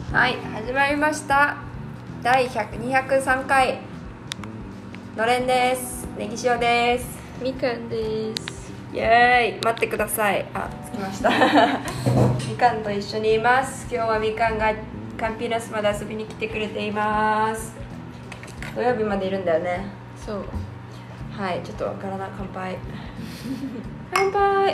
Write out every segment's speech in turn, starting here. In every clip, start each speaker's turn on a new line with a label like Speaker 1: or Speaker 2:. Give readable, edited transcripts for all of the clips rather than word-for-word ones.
Speaker 1: はい、始まりました。第203回のれんです。ネギ塩です。
Speaker 2: みかんです。
Speaker 1: イエーイ。待ってください。着きましたみかんと一緒にいます。今日はみかんがカンピーナスまで遊びに来てくれています。土曜日までいるんだよね。
Speaker 2: そう。
Speaker 1: はい、ちょっと体乾杯乾杯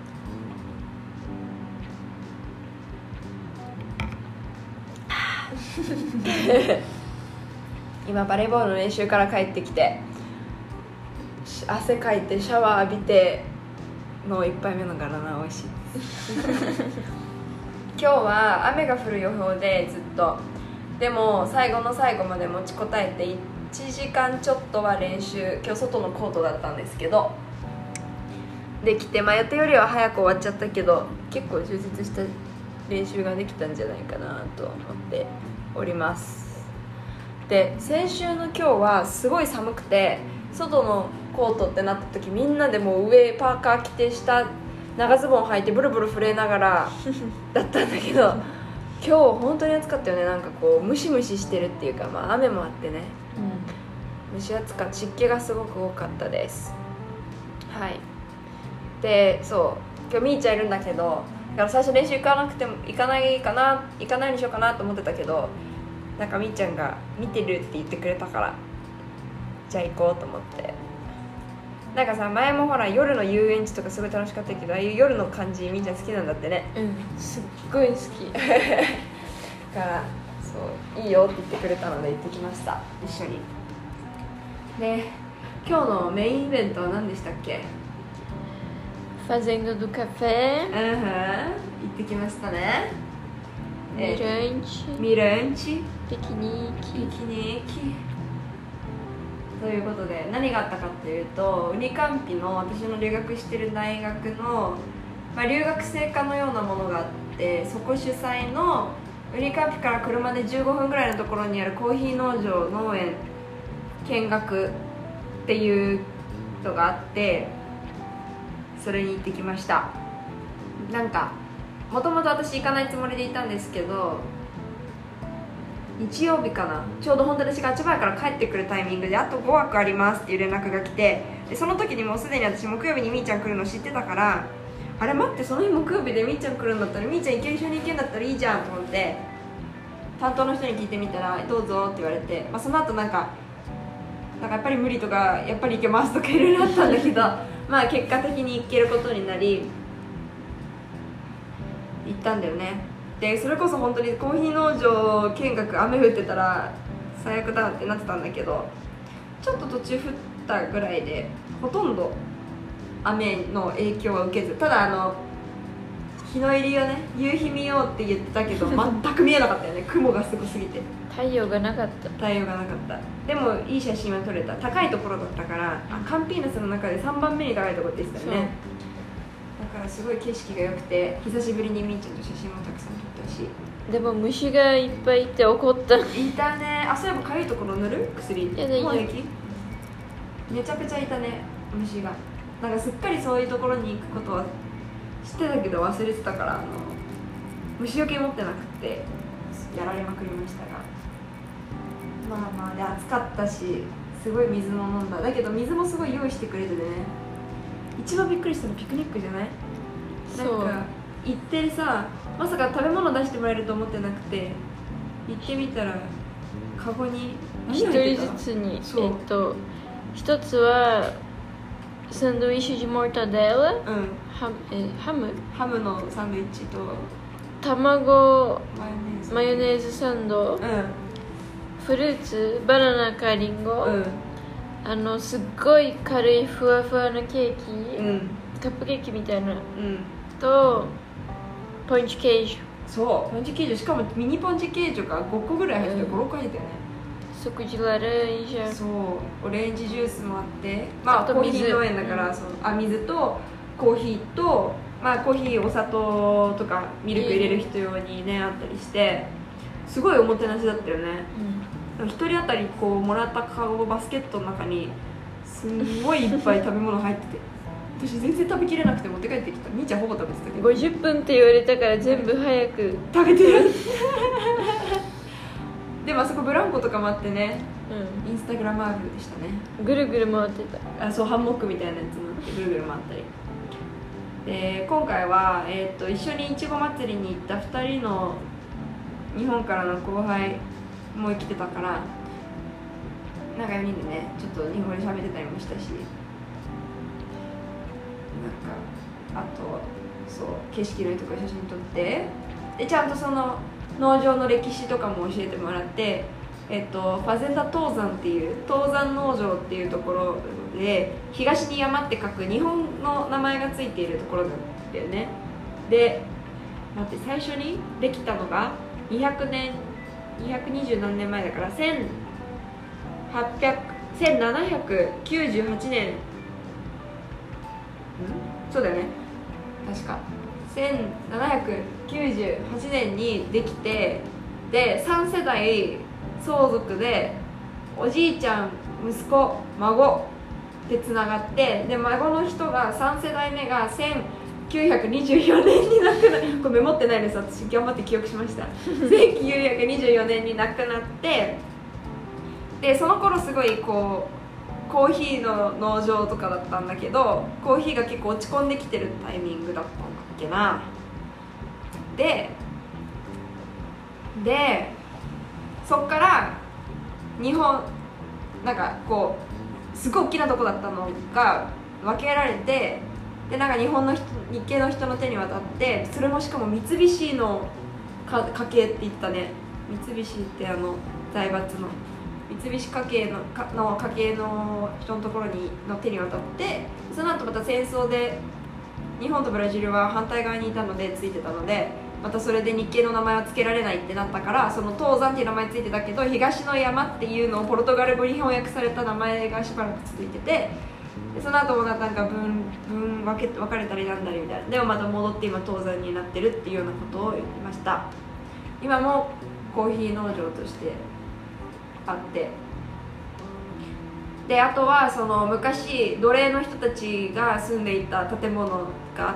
Speaker 1: 今バレーボールの練習から帰ってきて汗かいてシャワー浴びての1杯目のガラナ美味しいです今日は雨が降る予報でずっとでも最後の最後まで持ちこたえて1時間ちょっとは練習今日外のコートだったんですけどできて、予定よりは早く終わっちゃったけど結構充実した練習ができたんじゃないかなと思っております。で先週の今日はすごい寒くて外のコートってなった時みんなでもう上パーカー着て下長ズボン履いてブルブル震えながらだったんだけど今日本当に暑かったよね。なんかこうムシムシしてるっていうか、雨もあってね、蒸し暑かった。湿気がすごく多かったです。はい。でそう今日みーちゃんいるんだけどだから最初練習行かないにしようかなと思ってたけどなんかみーちゃんが見てるって言ってくれたからじゃあ行こうと思ってなんかさ前もほら夜の遊園地とかすごい楽しかったけどああいう夜の感じみーちゃん好きなんだってね。
Speaker 2: すっごい好き
Speaker 1: だからそういいよって言ってくれたので行ってきました一緒に。で今日のメインイベントは何でしたっけ
Speaker 2: ？Fazendo do café.
Speaker 1: 行ってきましたね。
Speaker 2: Mirante. Piquenique.
Speaker 1: ということで何があったかというとウニカンピの私の留学してる大学の、留学生課のようなものがあってそこ主催のウニカンピから車で15分ぐらいのところにあるコーヒー農園見学っていうのがあってそれに行ってきました。なんかもともと私行かないつもりでいたんですけど日曜日かなちょうど本当に私が千葉から帰ってくるタイミングであと5枠ありますっていう連絡が来てでその時にもうすでに私木曜日にみーちゃん来るの知ってたからあれ待ってその日木曜日でみーちゃん来るんだったらみーちゃん一緒に行けんだったらいいじゃんと思って担当の人に聞いてみたらどうぞって言われて、その後なんかやっぱり無理とかやっぱり行けますとかいろいろあったんだけど結果的に行けることになり行ったんだよね。でそれこそ本当にコーヒー農場見学雨降ってたら最悪だってなってたんだけどちょっと途中降ったぐらいでほとんど雨の影響は受けずただ日の入りをね夕日見ようって言ってたけど全く見えなかったよね雲がすごすぎて
Speaker 2: 太陽がなかった。
Speaker 1: でもいい写真は撮れた。高いところだったからカンピーナスの中で3番目に高いところって言ってたよね。だからすごい景色が良くて久しぶりにみーちゃんと写真もたくさん撮ったし
Speaker 2: でも虫がいっぱいいて怒った。い
Speaker 1: たね。そういえばかゆいところ塗る薬もう平気めちゃくちゃいたね虫が。なんかすっかりそういうところに行くことは知ってたけど忘れてたから虫除け持ってなくてやられまくりましたがで暑かったしすごい水も飲んだ。だけど水もすごい用意してくれてね一番びっくりしたのピクニックじゃない？なんか行ってさまさか食べ物出してもらえると思ってなくて行ってみたらカゴに
Speaker 2: 一人ずつに一つはサンドイッシュ・ディ・モルタデーラ、ハム
Speaker 1: のサンドイッチと
Speaker 2: 卵マヨネーズサンド、フルーツバナナかリンゴ、すっごい軽いふわふわのケーキ、カップケーキみたいな、とポンチケージュ。
Speaker 1: そうポンチケージュしかもミニポンチケージュが5個ぐらい入ってて、56個入ってたよね。
Speaker 2: 即時ラレージャー。
Speaker 1: そうオレンジジュースもあってコーヒー農園だから、水とコーヒーとコーヒーお砂糖とかミルク入れる人用にねあったりしてすごいおもてなしだったよね。1人当たりもらったカゴバスケットの中にすんごいいっぱい食べ物入ってて私全然食べきれなくて持って帰ってきた。みーちゃんほぼ食べてたけど
Speaker 2: 50分って言われたから全部早く
Speaker 1: 食べてるでもあそこブランコとかもあってね、
Speaker 2: うん、
Speaker 1: インスタグラマーブでしたね。
Speaker 2: ぐるぐる回ってた。
Speaker 1: そう、ハンモックみたいなやつになってぐるぐる回ったりで、今回は、一緒にいちご祭りに行った2人の日本からの後輩も来てたから、なんか4人でねちょっと日本語で喋ってたりもしたし、なんかあとそう景色のいいところ写真撮って、でちゃんとその農場の歴史とかも教えてもらって、ファゼンダ東山っていう東山農場っていうところで、東に山って書く日本の名前がついているところなんだよね。で待って、最初にできたのが220何年前だから、1798年、そうだよね、確か1798年にできて、で3世代相続でおじいちゃん、息子、孫でつながって、で孫の人が3世代目が1924年に亡くなる、これメモってないです、私頑張って記憶しました1924年に亡くなって、でその頃すごいこうコーヒーの農場とかだったんだけど、コーヒーが結構落ち込んできてるタイミングだったんだっけな。でそっから日本、なんかこうすごい大きなとこだったのが分けられて、でなんか日系の人の手に渡って、それもしかも三菱の家系って言ったね。三菱って財閥の三菱家系の家系の人のところの手に渡って、その後また戦争で日本とブラジルは反対側にいたのでついてたので、またそれで日系の名前は付けられないってなったから、その東山っていう名前ついてたけど、東の山っていうのをポルトガル語に翻訳された名前がしばらく続いてて、でその後もなんか分かれたりなんだりみたいな、でもまた戻って今東山になってるっていうようなことを言ってました。今もコーヒー農場としてあって、であとはその昔奴隷の人たちが住んでいた建物があって、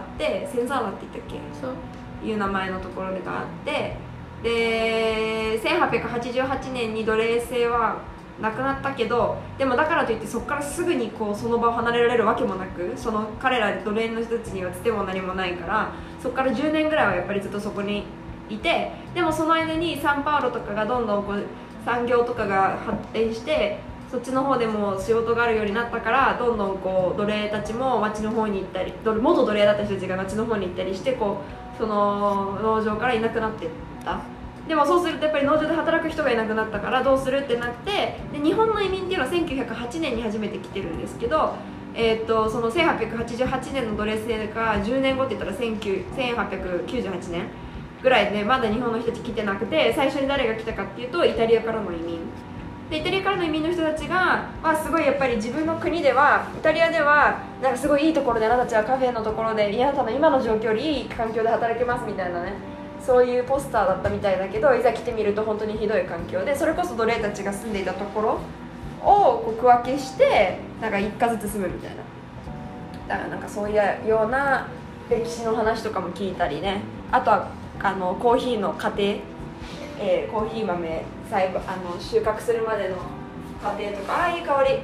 Speaker 1: センザーラって言ったっけ、そういう名前のところがあって、で1888年に奴隷制はなくなったけど、でもだからといってそこからすぐにこうその場を離れられるわけもなく、その彼ら奴隷の人たちにはつても何もないから、そこから10年ぐらいはやっぱりずっとそこにいて、でもその間にサンパウロとかがどんどんこう産業とかが発展して、そっちの方でも仕事があるようになったから、どんどんこう奴隷たちも町の方に行ったり、元奴隷だった人たちが町の方に行ったりして、こうその農場からいなくなっていった。でもそうするとやっぱり農場で働く人がいなくなったからどうするってなって、で日本の移民っていうのは1908年に初めて来てるんですけど、その1888年の奴隷制が10年後って言ったら1898年ぐらいで、まだ日本の人たち来てなくて、最初に誰が来たかっていうとイタリアからの移民で、イタリアからの移民の人たちが、すごいやっぱり自分の国では、イタリアではなんかすごいいいところで、あなたたちはカフェのところであなたの今の状況よりいい環境で働けますみたいなね、そういうポスターだったみたいだけど、いざ来てみると本当にひどい環境で、それこそ奴隷たちが住んでいたところをこう区分けして、なんか一家ずつ住むみたいな、だからなんかそういうような歴史の話とかも聞いたりね、あとはコーヒーの過程、コーヒー豆収穫するまでの過程とか、いい香り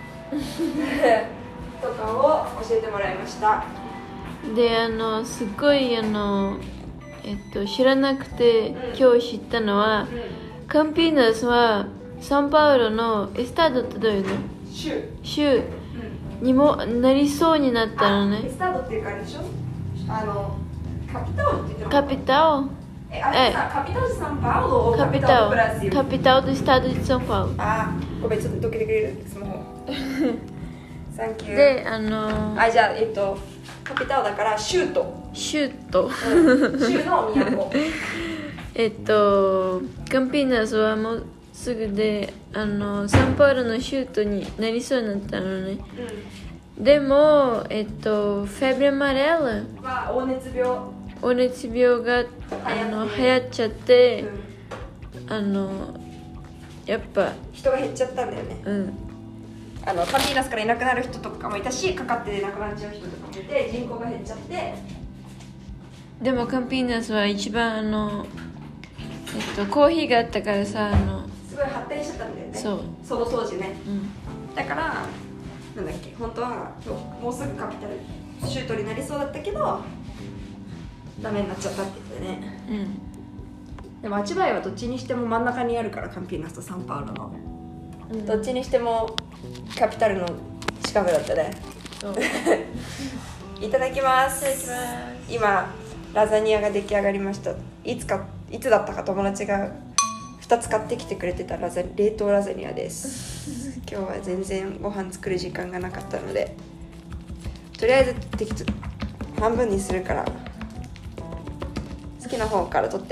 Speaker 1: とかを教えてもらいました。
Speaker 2: ですっごい知らなくて、今日知ったのは、カンピーナスはサンパウロのエスタードってどういうの？州にもなりそうになったのね。
Speaker 1: エスタードっていうかあれでしょ、カピタオって言ってるの？
Speaker 2: カピタオ
Speaker 1: capital de São Paulo ou capital do Brasil?
Speaker 2: Capital do estado de São Paulo.
Speaker 1: ごめん、ちょっとどけてくれるスマホサンキュー。
Speaker 2: で、
Speaker 1: じゃあカピタオだから州都、
Speaker 2: 州の
Speaker 1: 都
Speaker 2: カンピーナスはもうすぐでサンパウロの州都になりそうになったのね、でもフェブレマレール
Speaker 1: は黄熱
Speaker 2: 病が流行っちゃって、やっぱ
Speaker 1: 人が減っちゃったんだよね。カンピーナスからいなくなる人とかもいたし、かかってなくなっちゃう人とかもいて、人口が減っちゃって。
Speaker 2: でもカンピーナスは一番コーヒーがあったからさ、
Speaker 1: すごい発展してたんだよね。その当時ね、だからなんだっけ、本当はもうすぐカピタルシュートになりそうだったけどダメになっちゃったって言ってね、でもアチバイはどっちにしても真ん中にあるから、カンピーナスとサンパウロの、どっちにしてもカピタルの近くだったね。いただきます。今ラザニアが出来上がりました。いつだったか友達が2つ買ってきてくれてた冷凍ラザニアです。今日は全然ご飯作る時間がなかったので、とりあえず半分にするから好きな方から取って。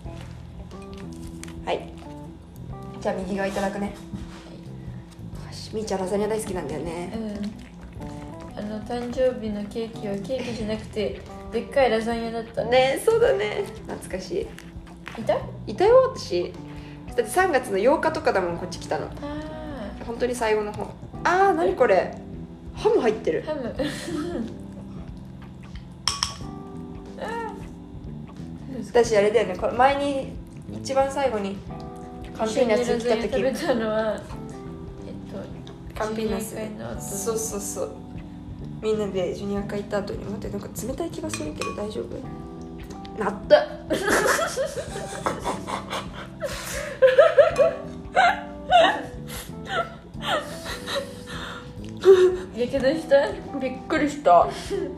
Speaker 1: はい、じゃあ右側いただくね。みーちゃんラザニア大好きなんだよね。
Speaker 2: 誕生日のケーキはケーキじゃなくてでっかいラザニアだった
Speaker 1: ね。そうだね、懐かしい。いたよ私。だって3月の8日とかだもん、こっち来たの。本当に最後の方。何これ、ハム入ってる。
Speaker 2: ハム
Speaker 1: 私あれだよね、これ前に一番最後にカンピーナス来た時
Speaker 2: 食べたのは
Speaker 1: カンピーナス、そうみんなでジュニア会行った後に、待って、なんか冷たい気がするけど大丈夫？なった
Speaker 2: やけどした？
Speaker 1: びっくりした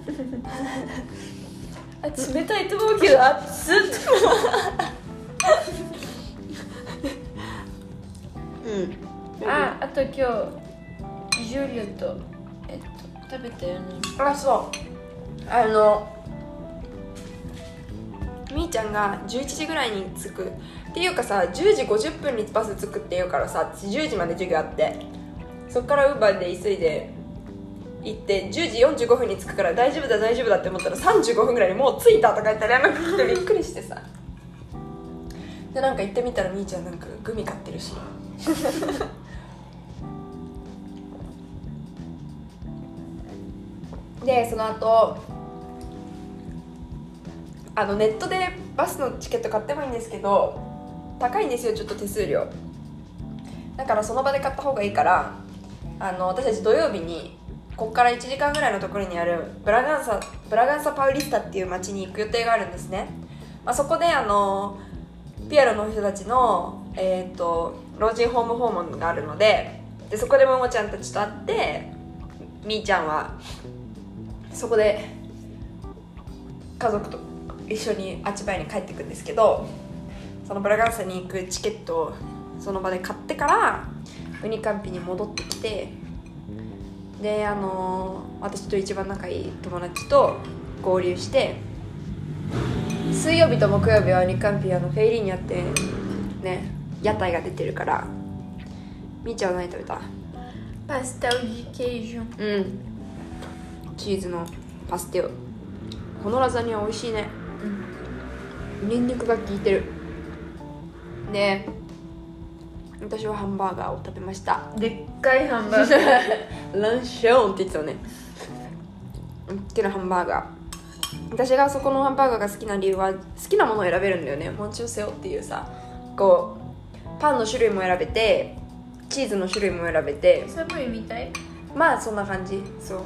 Speaker 2: 冷たいと思うけど熱っあと今日ジュリオと食べたよね。
Speaker 1: そうみーちゃんが11時ぐらいに着くっていうかさ、10時50分にバス着くっていうからさ、10時まで授業あって、そっからウーバーで急いで行って10時45分に着くから、大丈夫だって思ったら35分ぐらいにもう着いたとか言ったら連絡来てびっくりしてさ、でなんか行ってみたらみーちゃんなんかグミ買ってるしでその後ネットでバスのチケット買ってもいいんですけど高いんですよ、ちょっと手数料。だからその場で買った方がいいから、私たち土曜日にここから1時間ぐらいのところにあるブラガンサパウリスタっていう町に行く予定があるんですね。そこでピエロの人たちの、老人ホーム訪問があるので、そこでももちゃんたちと会って、みーちゃんはそこで家族と一緒にアチバイに帰ってくんですけど、そのブラガンサに行くチケットをその場で買ってからウニカンピに戻ってきて、で私と一番仲いい友達と合流して、水曜日と木曜日はウニカンピフェイリーニャってね屋台が出てるから。みーちゃんは何食べた？
Speaker 2: パスタオジケージョン、
Speaker 1: チーズのパステオ。このラザニア美味しいね。ニンニクが効いてる。で私はハンバーガーを食べました。
Speaker 2: でっかいハンバーガー
Speaker 1: ランショーンって言ってたね。大きなハンバーガー。私がそこのハンバーガーが好きな理由は、好きなものを選べるんだよね。モンチューセオっていうさ、こうパンの種類も選べて、チーズの種類も選べて、
Speaker 2: サブウェイみたい。
Speaker 1: まあそんな感じ。そう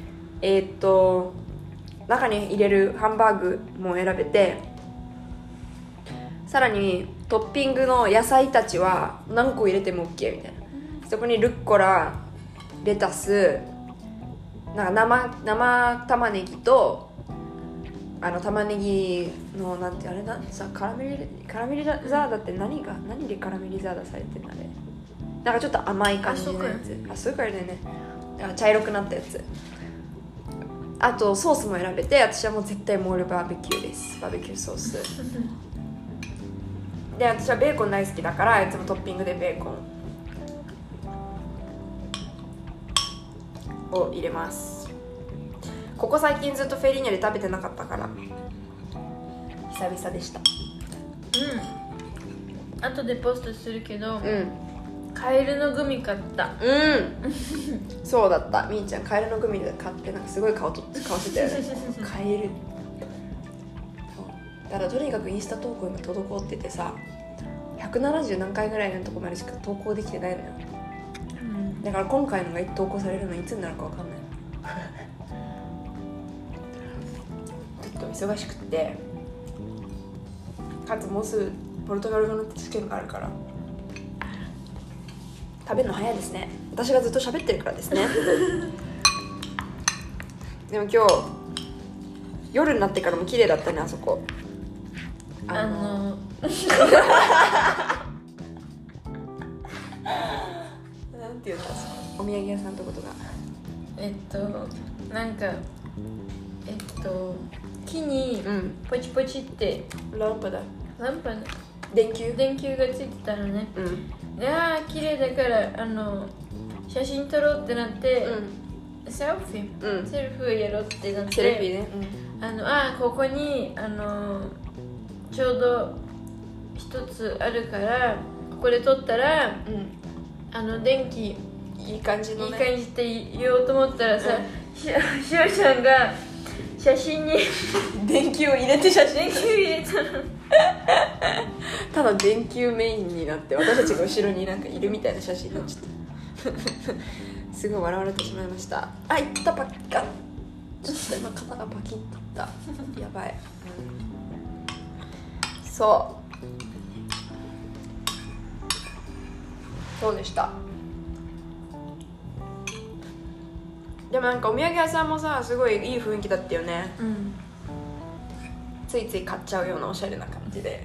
Speaker 1: 中に入れるハンバーグも選べて、さらにトッピングの野菜たちは何個入れても OK みたいな。そこにルッコラ、レタス、なんか生玉ねぎと玉ねぎのなんてあれなさ、カラメリザーダって何でカラメリザーダされてるのあれ。なんかちょっと甘い感じのやつ。そういうからだよね。だから茶色くなったやつ。あとソースも選べて、私はもう絶対モールバーベキューです。バーベキューソースで、私はベーコン大好きだからいつもトッピングでベーコンを入れます。ここ最近ずっとフェリーニャで食べてなかったから久々でした。
Speaker 2: 後でポストするけど、カエルのグミ買った。
Speaker 1: そうだった。みーちゃんカエルのグミで買って、なんかすごい顔してたよねカエル。だからとにかくインスタ投稿が滞っててさ、 170何回ぐらいのとこまでしか投稿できてないのよ、だから今回のが投稿されるのいつになるか分かんないちょっと忙しくってかつもうすぐポルトガル語の試験があるから食べるの早いですね。私がずっと喋ってるからですねでも今日夜になってからも綺麗だったね、あそこ。なんていうんだ、お土産屋さんとことか
Speaker 2: なんか木にポチポチって
Speaker 1: ランプだ、
Speaker 2: ランプね、
Speaker 1: 電球
Speaker 2: がついてたのね。いやー綺麗だから写真撮ろうってなって、セルフィーやろうってなって、
Speaker 1: セルフィーね、
Speaker 2: ここにちょうど一つあるからここで撮ったら、電気
Speaker 1: いい感じのね、
Speaker 2: いい感じって言おうと思ったらさ、しおちゃんが写真に
Speaker 1: 電球を入れて写真
Speaker 2: 電球入れたの
Speaker 1: ただ電球メインになって私たちが後ろになんかいるみたいな写真になっちゃったすごい笑われてしまいました。いったパッカちょっと今肩がパキッといったやばい、そうでした。でもなんかお土産屋さんもさすごいいい雰囲気だったよね、ついつい買っちゃうようなおしゃれな感じで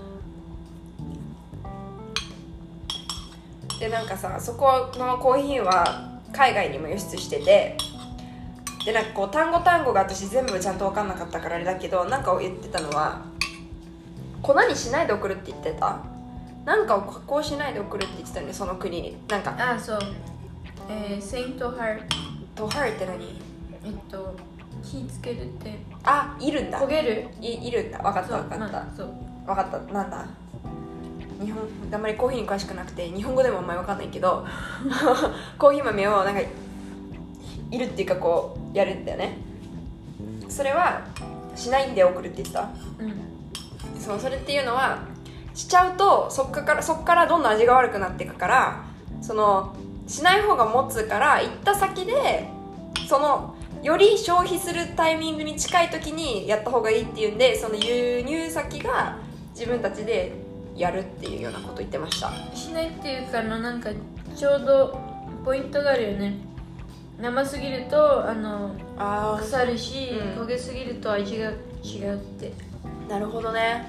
Speaker 1: なんかさ、そこのコーヒーは海外にも輸出してて、でなんかこう単語が私全部ちゃんと分かんなかったからあれだけど、なんか言ってたのは粉にしないで送るって言ってた、なんかを加工しないで送るって言ってたよね、その国に。なんか
Speaker 2: そう、セイントハル
Speaker 1: トハルって何？
Speaker 2: 火つけるって、
Speaker 1: いるんだ、
Speaker 2: 焦げる
Speaker 1: いるんだ、分かった分かった、分かった。なんだ、日本あんまりコーヒーに詳しくなくて日本語でもあんまり分かんないけどコーヒー豆をなんかいるっていうかこうやるんだよね。それはしないんで送るって言ってた、それっていうのはしちゃうとそっからどんどん味が悪くなっていくから、そのしない方が持つから、行った先でそのより消費するタイミングに近い時にやった方がいいっていうんで、その輸入先が自分たちでやるっていうようなこと言ってました。
Speaker 2: しないっていうかなんかちょうどポイントがあるよね。生すぎると腐るし、焦げすぎると味が違うって。
Speaker 1: なるほどね。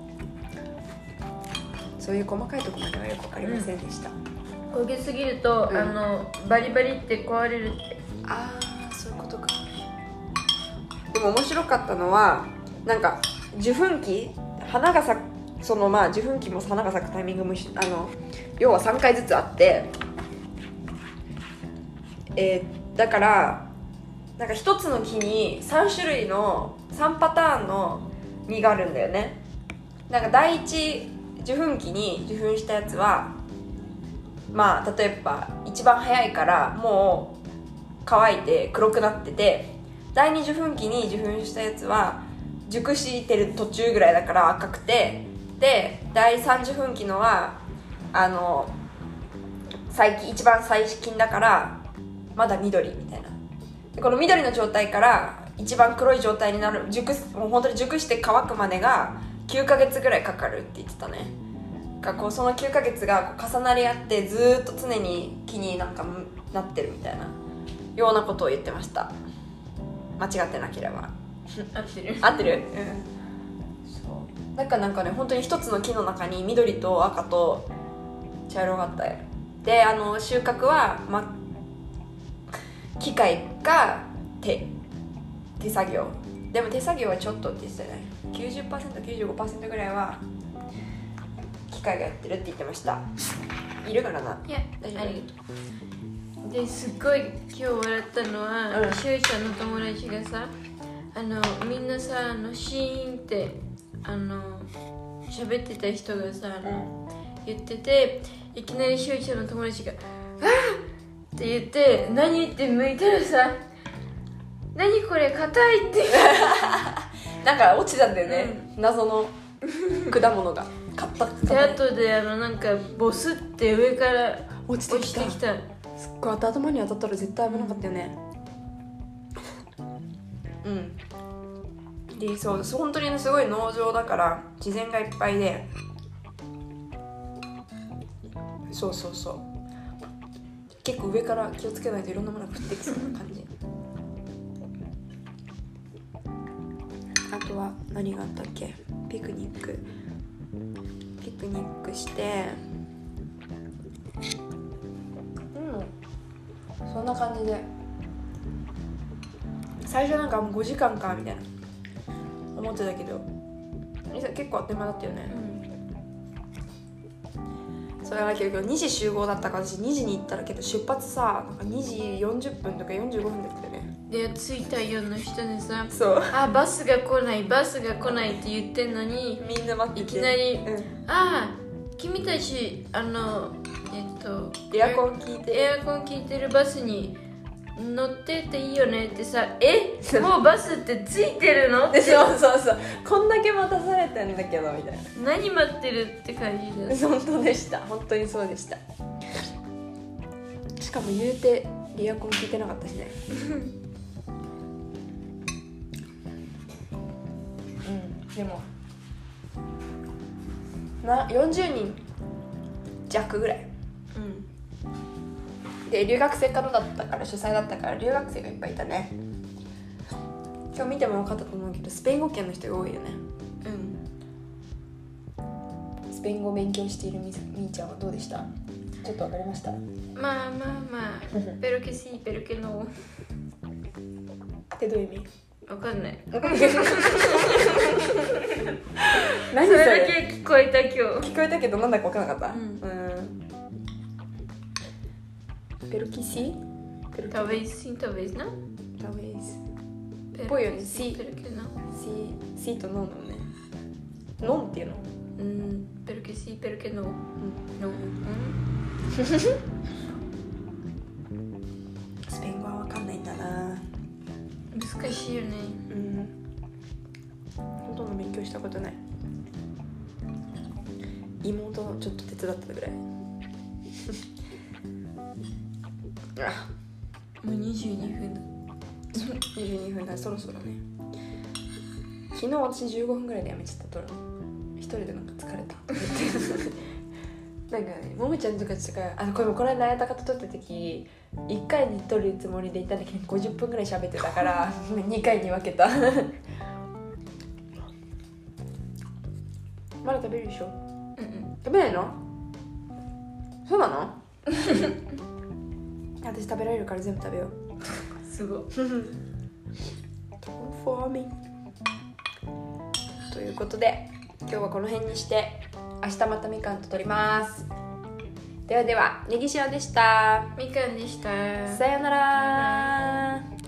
Speaker 1: そういう細かいところまではよく分かりませんでした、
Speaker 2: 焦げすぎると、バリバリって壊れるって。
Speaker 1: そういうことか。でも面白かったのはなんか受粉期、花が咲く、その受粉期も花が咲くタイミングも要は3回ずつあって、だからなんか1つの木に3種類の3パターンの実があるんだよね。なんか第一受粉期に受粉したやつは例えば一番早いからもう乾いて黒くなってて、第二受粉期に受粉したやつは熟してる途中ぐらいだから赤くて、で第3受粉期のは一番最近だからまだ緑みたいな。でこの緑の状態から一番黒い状態になる、もう本当に熟して乾くまでが9ヶ月ぐらいかかるって言ってたね。その9ヶ月が重なり合ってずっと常に木になってるみたいなようなことを言ってました。間違ってなければ
Speaker 2: 合ってる、
Speaker 1: そうだからなんかね、本当に一つの木の中に緑と赤と茶色があったよ。で収穫は、機械か手作業。でも手作業はちょっとって言ってたね。 90%、95% ぐらいは機械がやってるって言ってました。いるからな。
Speaker 2: いや大丈夫ですっごい今日笑ったのは、しゅうちゃんの友達がさみんなさシーンって喋ってた人がさ言ってて、いきなりしゅうちゃんの友達が「あー！」って言って何って向いたらさ「何これ硬い」って
Speaker 1: なんか落ちたんだよね、謎の果物が買った
Speaker 2: で後でなんかボスって上から
Speaker 1: 落ちてきた。
Speaker 2: すっ
Speaker 1: ごい頭に当たったら絶対危なかったよね。でそう本当にねすごい農場だから自然がいっぱいで、そう結構上から気をつけないといろんなものが降ってきそうな感じ。あとは何があったっけ。ピクニックしてそんな感じで、最初なんかもう5時間かみたいな思ってたけど結構あっという間だったよね。それは結構2時集合だったから私2時に行ったらけど出発さなんか2時40分とか45分だったよね。
Speaker 2: で着いたような人にさ、
Speaker 1: そう
Speaker 2: バスが来ないって言ってんのに
Speaker 1: みんな待ってて
Speaker 2: いきなり、君たちエアコン効いてるバスに乗ってっていいよねってさ、もうバスってついてるのって
Speaker 1: そうこんだけ待たされてんだけどみたいな、
Speaker 2: 何待ってるって感じです。
Speaker 1: 本当でした、本当にそうでした。しかも言うてエアコン効いてなかったしねでも40人弱ぐらい、で留学生からだったから主催だったから留学生がいっぱいいたね。今日見ても分かったと思うけどスペイン語圏の人が多いよね。スペイン語を勉強しているみーちゃんはどうでした？ちょっと分かりました？
Speaker 2: まあpero que sí pero que no
Speaker 1: ってどういう意味？
Speaker 2: 分かんない
Speaker 1: 何
Speaker 2: それだけ聞こえた今日。
Speaker 1: 聞こえたけどなんだか分からなかった。Pero que sí.
Speaker 2: Talvez sim, talvez não.
Speaker 1: Talvez.
Speaker 2: Pero
Speaker 1: Poi
Speaker 2: que
Speaker 1: sì.
Speaker 2: Pero que não.
Speaker 1: Sìとノンなのね。ノンっていうの。
Speaker 2: Pero que sí, pero que no. No.
Speaker 1: スペイン語は分かんないんだな。
Speaker 2: 難しいよね。
Speaker 1: ほとんど勉強したことない。妹のちょっと手伝ったぐらい。
Speaker 2: もう22分だ。
Speaker 1: 22分だ、そろそろね。昨日私15分ぐらいでやめちゃった撮るの。一人でなんか疲れたなんかね、ももちゃんとかこの間やった方撮った時1回に撮るつもりでいたんだけど50分ぐらい喋ってたから2回に分けたまだ食べるでしょ？食べないの？そうなの？私食べられるから全部食べよう。
Speaker 2: すごい
Speaker 1: for me ということで今日はこの辺にして明日またみかんと撮ります。ではでは、ネギ塩でした。
Speaker 2: みかんでした。
Speaker 1: さよなら。